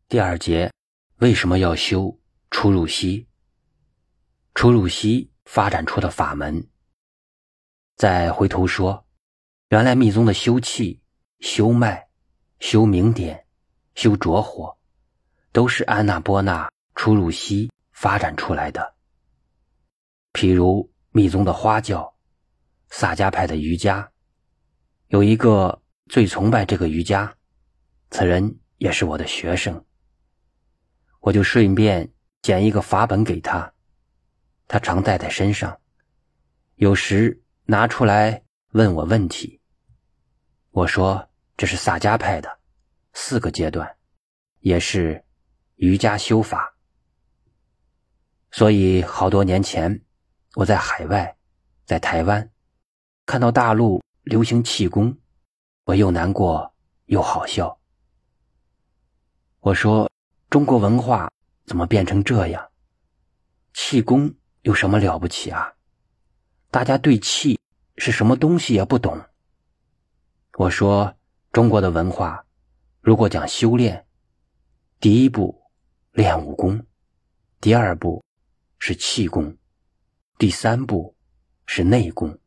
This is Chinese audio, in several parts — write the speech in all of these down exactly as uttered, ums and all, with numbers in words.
第二节，为什么要修出入息？出入息发展出的法门。再回头说，原来密宗的修气、修脉、修明点、修着火，都是安那波那出入息发展出来的。譬如密宗的花教、萨迦派的瑜伽，有一个最崇拜这个瑜伽，此人也是我的学生，我就顺便捡一个法本给他，他常带在身上，有时拿出来问我问题。我说这是萨迦派的四个阶段，也是瑜伽修法。所以好多年前我在海外，在台湾看到大陆流行气功，我又难过又好笑。我说中国文化怎么变成这样？气功有什么了不起啊？大家对气是什么东西也不懂。我说中国的文化如果讲修炼，第一步练武功，第二步是气功，第三步是内功，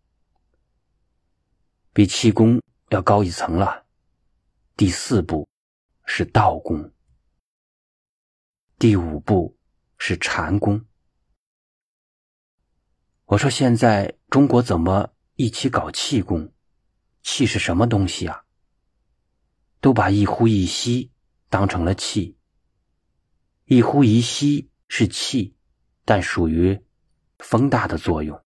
比气功要高一层了。第四步是道功，第五步是禅功。我说现在中国怎么一起搞气功？气是什么东西啊？都把一呼一吸当成了气。一呼一吸是气，但属于风大的作用。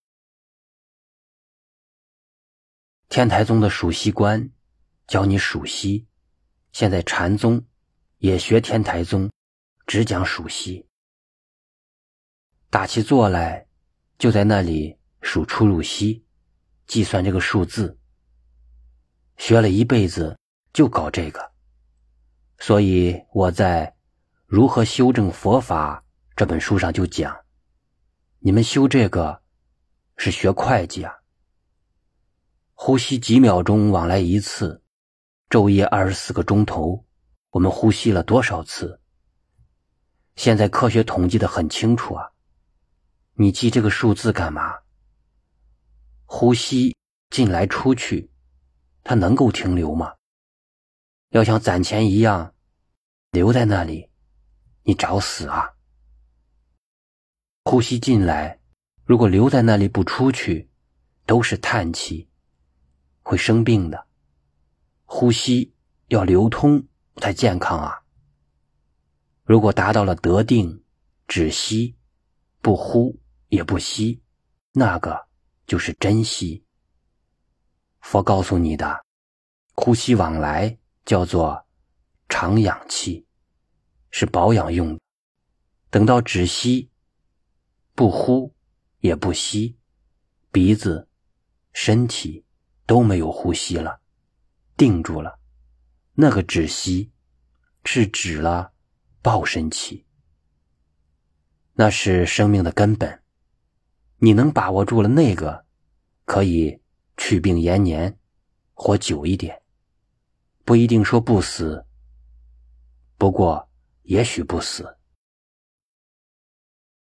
天台宗的数息观教你数息，现在禅宗也学天台宗，只讲数息。打起坐来就在那里数出入息，计算这个数字。学了一辈子就搞这个，所以我在《如何修正佛法》这本书上就讲，你们修这个是学会计啊。呼吸几秒钟往来一次，昼夜二十四个钟头，我们呼吸了多少次？现在科学统计得很清楚啊。你记这个数字干嘛？呼吸进来出去，它能够停留吗？要像攒钱一样留在那里，你找死啊！呼吸进来，如果留在那里不出去，都是叹气，会生病的。呼吸要流通才健康啊！如果达到了得定，只吸，不呼也不吸，那个就是真吸。佛告诉你的，呼吸往来叫做长养气，是保养用的。等到只吸，不呼也不吸，鼻子、身体都没有呼吸了，定住了，那个止息是止了报身气，那是生命的根本。你能把握住了那个，可以去病延年，活久一点。不一定说不死，不过也许不死。